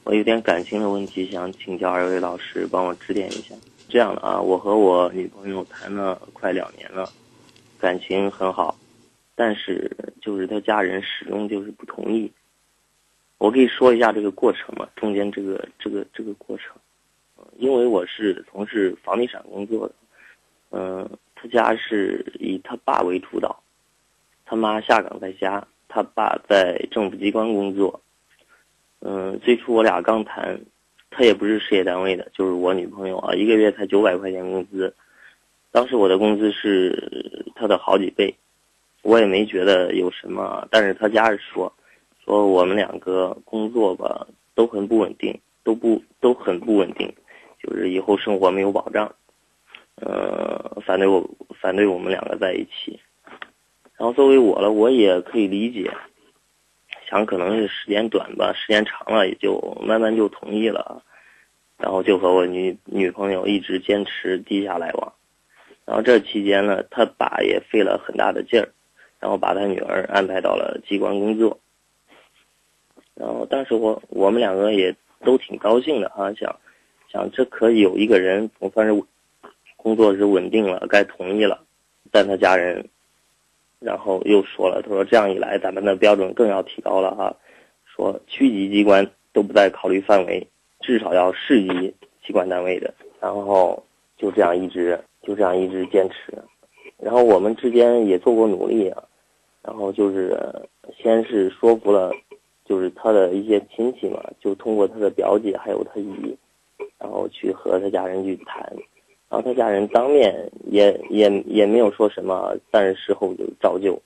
我有点感情的问题想请教2位老师帮我指点一下。这样的啊，我和我女朋友谈了快2年了，感情很好，但是就是她家人始终就是不同意。我可以说一下这个过程吗？中间这个过程，因为我是从事房地产工作的，他家是以他爸为主导，他妈下岗在家，他爸在政府机关工作。最初我俩刚谈，他也不是事业单位的，就是我女朋友啊，一个月才900块钱工资，当时我的工资是他的好几倍，我也没觉得有什么，但是他家是说我们2个工作吧都很不稳定，都很不稳定，就是以后生活没有保障，反对我们2个在一起。然后作为我了，我也可以理解，想可能是时间短吧，时间长了也就慢慢就同意了，然后就和我女朋友一直坚持地下来往。然后这期间呢，他爸也费了很大的劲儿，然后把他女儿安排到了机关工作。然后当时我们2个也都挺高兴的啊，想这可以有一个人总算是工作是稳定了，该同意了。但他家人然后又说了，他说这样一来咱们的标准更要提高了啊，说区级机关都不在考虑范围，至少要市级机关单位的。然后就这样一直坚持。然后我们之间也做过努力啊，然后就是先是说服了就是他的一些亲戚嘛，就通过他的表姐还有他姨，然后去和他家人去谈。然后他家人当面也没有说什么，但是事后就照旧。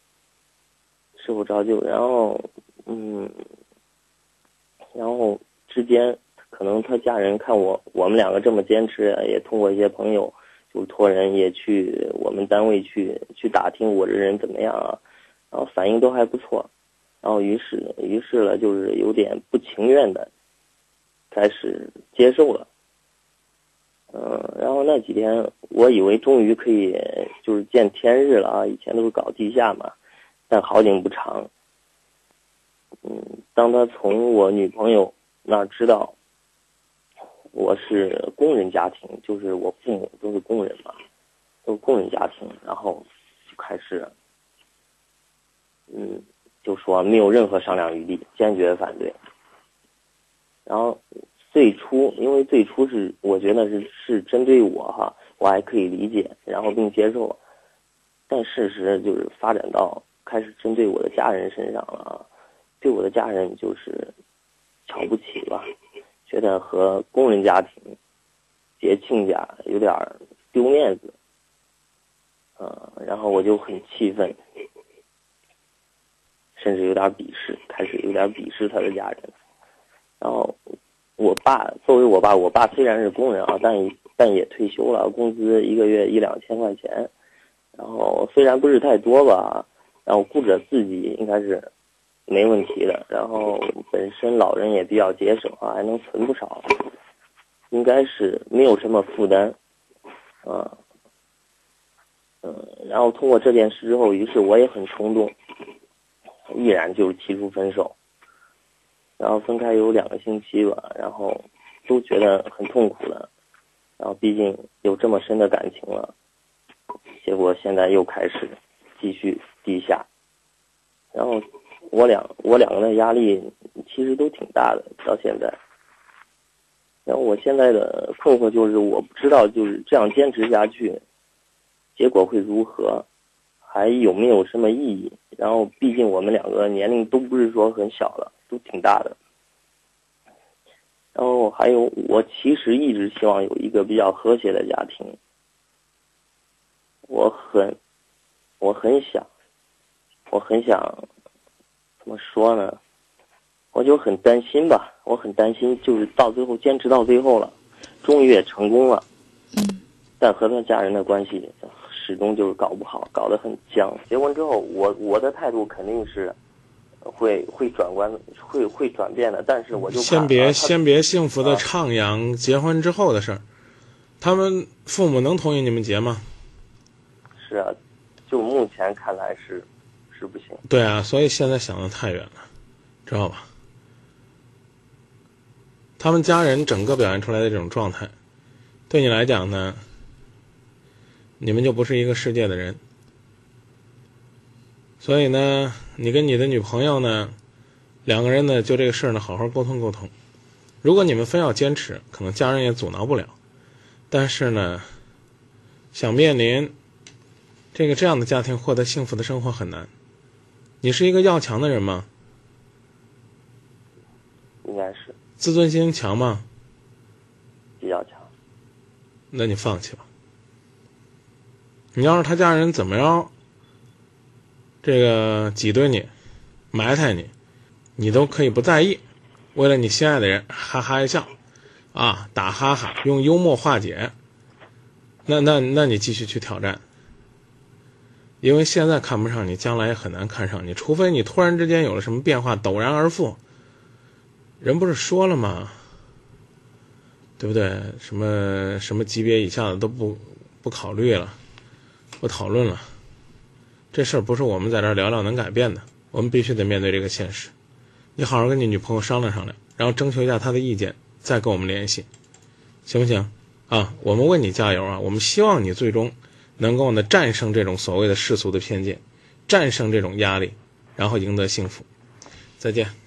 然后之间可能他家人看我们2个这么坚持，也通过一些朋友就托人也去我们单位去打听我这人怎么样啊，然后反应都还不错。然后于是了，就是有点不情愿的开始接受了。然后那几天我以为终于可以就是见天日了啊，以前都是搞地下嘛，但好景不长。当他从我女朋友那儿知道我是工人家庭，就是我父母都是工人嘛，都是工人家庭，然后就开始就说没有任何商量余地，坚决反对。然后因为最初是我觉得是针对我哈，我还可以理解，然后并接受，但事实就是发展到开始针对我的家人身上了啊，对我的家人就是瞧不起吧，觉得和工人家庭结亲家有点丢面子，然后我就很气愤，甚至有点鄙视，开始有点鄙视他的家人。然后作为我爸虽然是工人啊，但也退休了，工资1个月1-2千块钱，然后虽然不是太多吧，然后顾着自己应该是没问题的，然后本身老人也比较节省啊，还能存不少，应该是没有什么负担然后通过这件事之后，于是我也很冲动，毅然就提出分手。然后分开有2个星期吧，然后都觉得很痛苦了，然后毕竟有这么深的感情了，结果现在又开始继续地下。然后我两个的压力其实都挺大的，到现在。然后我现在的困惑就是我不知道就是这样坚持下去结果会如何，还有没有什么意义。然后毕竟我们2个年龄都不是说很小了，都挺大的。然后还有我其实一直希望有一个比较和谐的家庭，我很想怎么说呢，我就很担心吧，我很担心就是到最后坚持到最后了，终于也成功了，但和他家人的关系始终就是搞不好，搞得很僵。结婚之后我的态度肯定是会转变的，但是我就先别幸福的徜徉结婚之后的事儿，他们父母能同意你们结吗？ 是啊，就目前看来是不行。 对啊，所以现在想的太远了，知道吧？ 他们家人整个表现出来的这种状态，对你来讲呢，你们就不是一个世界的人。所以呢，你跟你的女朋友呢，两个人呢就这个事儿呢好好沟通沟通。如果你们非要坚持，可能家人也阻挠不了。但是呢，想面临这样的家庭获得幸福的生活很难。你是一个要强的人吗？ 应该是。 自尊心强吗？ 比较强。 那你放弃吧。你要是他家人怎么着，挤兑你，埋汰你，你都可以不在意。为了你心爱的人，哈哈一笑，打哈哈，用幽默化解。那你继续去挑战。因为现在看不上你，将来也很难看上你，除非你突然之间有了什么变化，陡然而富。人不是说了吗？对不对？什么级别以下的都不考虑了，不讨论了。这事儿不是我们在这儿聊聊能改变的，我们必须得面对这个现实。你好好跟你女朋友商量商量，然后征求一下她的意见，再跟我们联系，行不行？我们为你加油啊！我们希望你最终能够呢战胜这种所谓的世俗的偏见，战胜这种压力，然后赢得幸福。再见。